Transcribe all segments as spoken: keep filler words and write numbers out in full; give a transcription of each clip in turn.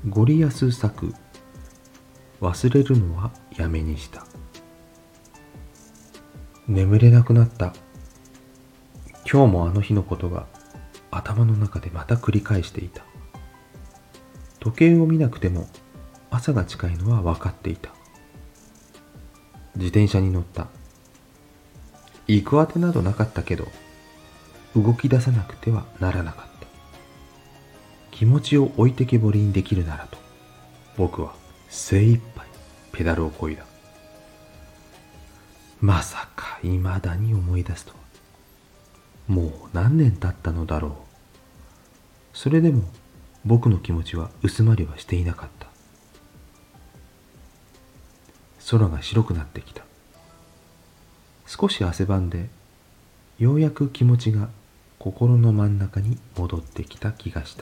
ゴリアス作、忘れるのはやめにした。眠れなくなった。今日もあの日のことが頭の中でまた繰り返していた。時計を見なくても朝が近いのは分かっていた。自転車に乗った。行くあてなどなかったけど、動き出さなくてはならなかった。気持ちを置いてけぼりにできるならと、僕は精一杯ペダルを漕いだ。まさか未だに思い出すとは。もう何年経ったのだろう。それでも僕の気持ちは薄まりはしていなかった。空が白くなってきた。少し汗ばんで、ようやく気持ちが心の真ん中に戻ってきた気がした。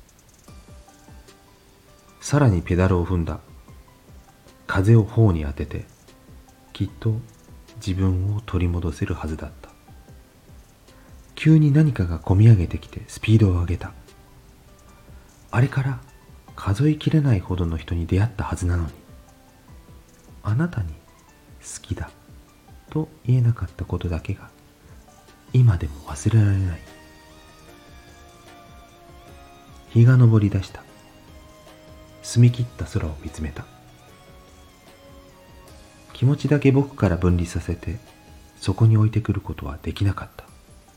さらにペダルを踏んだ。風を頬に当てて、きっと自分を取り戻せるはずだった。急に何かがこみ上げてきてスピードを上げた。あれから数えきれないほどの人に出会ったはずなのに、あなたに好きだと言えなかったことだけが今でも忘れられない。日が昇り出した。澄み切った空を見つめた。気持ちだけ僕から分離させてそこに置いてくることはできなかった。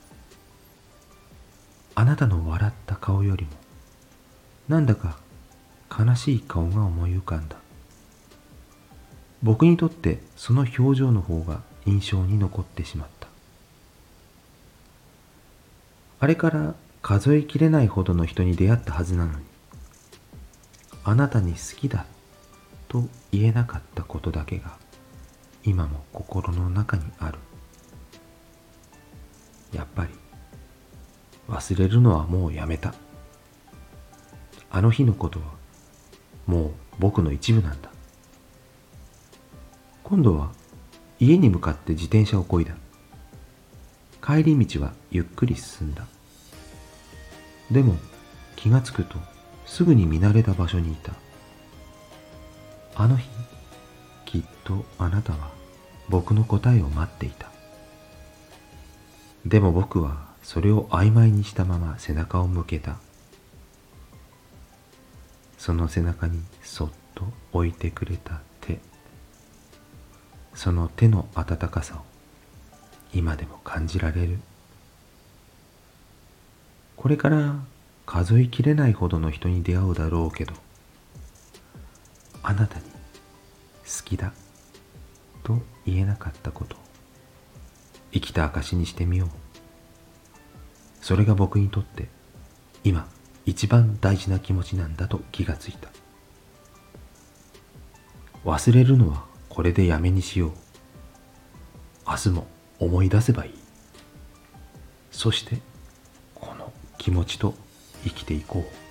あなたの笑った顔よりもなんだか悲しい顔が思い浮かんだ。僕にとってその表情の方が印象に残ってしまった。あれから数えきれないほどの人に出会ったはずなのに、あなたに好きだと言えなかったことだけが今も心の中にある。やっぱり忘れるのはもうやめた。あの日のことはもう僕の一部なんだ。今度は家に向かって自転車を漕いだ。帰り道はゆっくり進んだ。でも気がつくとすぐに見慣れた場所にいた。あの日、きっとあなたは僕の答えを待っていた。でも僕はそれを曖昧にしたまま背中を向けた。その背中にそっと置いてくれた手、その手の温かさを今でも感じられる。これから数えきれないほどの人に出会うだろうけど、あなたに好きだと言えなかったことを生きた証にしてみよう。それが僕にとって今一番大事な気持ちなんだと気がついた。忘れるのはこれでやめにしよう。明日も思い出せばいい。そしてこの気持ちと生きていこう。